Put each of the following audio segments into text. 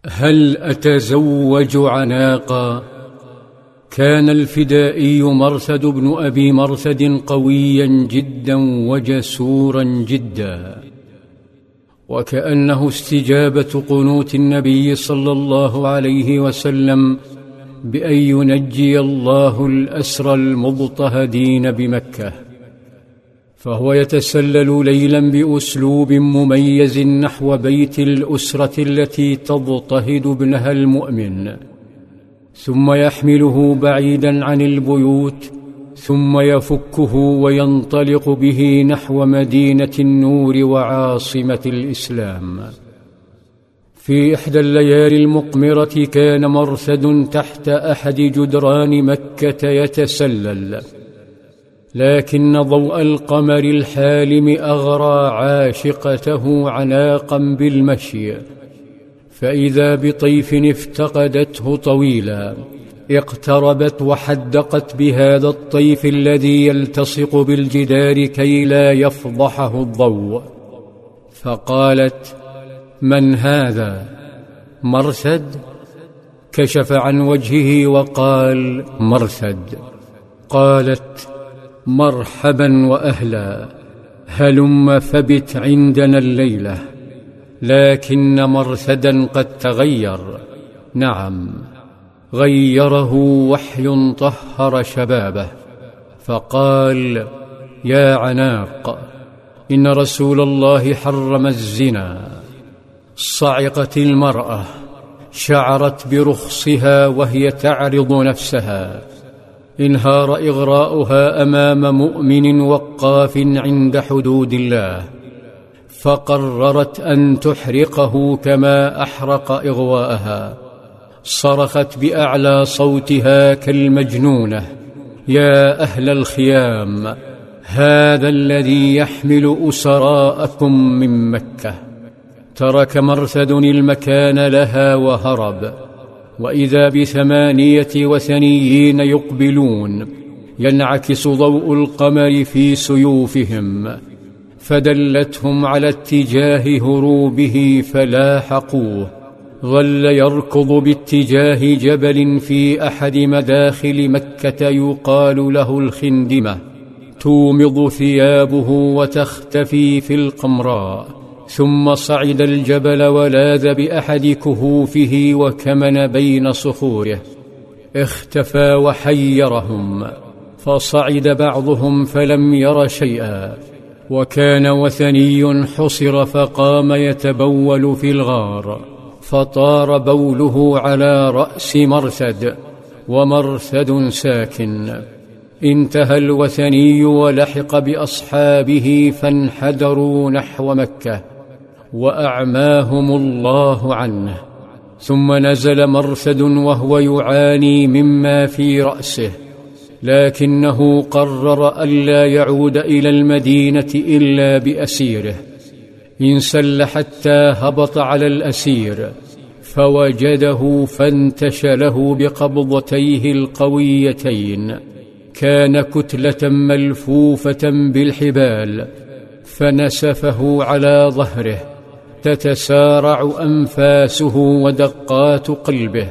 هل أتزوج عناقا؟ كان الفدائي مرثد بن أبي مرثد قويا جدا وجسورا جدا، وكأنه استجابة قنوت النبي صلى الله عليه وسلم بأن ينجي الله الأسرى المضطهدين بمكة، فهو يتسلل ليلا بأسلوب مميز نحو بيت الأسرة التي تضطهد ابنها المؤمن، ثم يحمله بعيدا عن البيوت، ثم يفكه وينطلق به نحو مدينة النور وعاصمة الإسلام. في إحدى الليالي المقمرة كان مرثد تحت أحد جدران مكة يتسلل، لكن ضوء القمر الحالم أغرى عاشقته عناقا بالمشي، فإذا بطيف افتقدته طويلا، اقتربت وحدقت بهذا الطيف الذي يلتصق بالجدار كي لا يفضحه الضوء، فقالت: من هذا؟ مرثد؟ كشف عن وجهه وقال: مرثد. قالت: مرحبا وأهلا، هلم فبت عندنا الليلة. لكن مرثدا قد تغير، نعم، غيره وحي طهر شبابه، فقال: يا عناق، إن رسول الله حرم الزنا. صعقت المرأة، شعرت برخصها وهي تعرض نفسها، انهار إغراؤها أمام مؤمن وقاف عند حدود الله، فقررت أن تحرقه كما أحرق إغواءها. صرخت بأعلى صوتها كالمجنونة: يا أهل الخيام، هذا الذي يحمل أسراءكم من مكة. ترك مرثد المكان لها وهرب، وإذا ب8 وثنيين يقبلون، ينعكس ضوء القمر في سيوفهم، فدلتهم على اتجاه هروبه فلاحقوه. ظل يركض باتجاه جبل في أحد مداخل مكة يقال له الخندمة، تومض ثيابه وتختفي في القمراء، ثم صعد الجبل ولاذ بأحد كهوفه وكمن بين صخوره، اختفى وحيرهم، فصعد بعضهم فلم ير شيئا، وكان وثني حصر فقام يتبول في الغار، فطار بوله على رأس مرثد، ومرثد ساكن. انتهى الوثني ولحق بأصحابه فانحدروا نحو مكة، وأعماهم الله عنه. ثم نزل مرثد وهو يعاني مما في رأسه، لكنه قرر ألا يعود إلى المدينة إلا بأسيره. انسل حتى هبط على الأسير، فوجده فانتشله بقبضتيه القويتين، كان كتلة ملفوفة بالحبال، فنسفه على ظهره، تتسارع أنفاسه ودقات قلبه،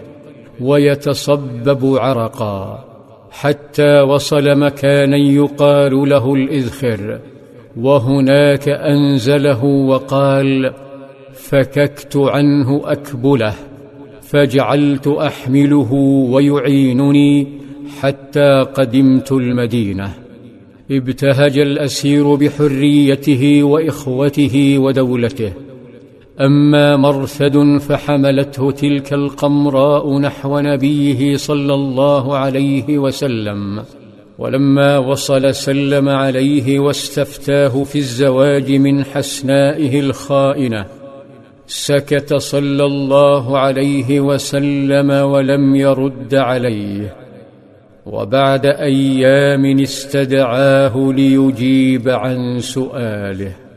ويتصبب عرقا، حتى وصل مكانا يقال له الإذخر، وهناك أنزله وقال: فككت عنه أكبله، فجعلت أحمله ويعينني حتى قدمت المدينة. ابتهج الأسير بحريته وإخوته ودولته. أما مرثد فحملته تلك القمراء نحو نبيه صلى الله عليه وسلم، ولما وصل سلم عليه واستفتاه في الزواج من حسنائه الخائنة. سكت صلى الله عليه وسلم ولم يرد عليه، وبعد أيام استدعاه ليجيب عن سؤاله.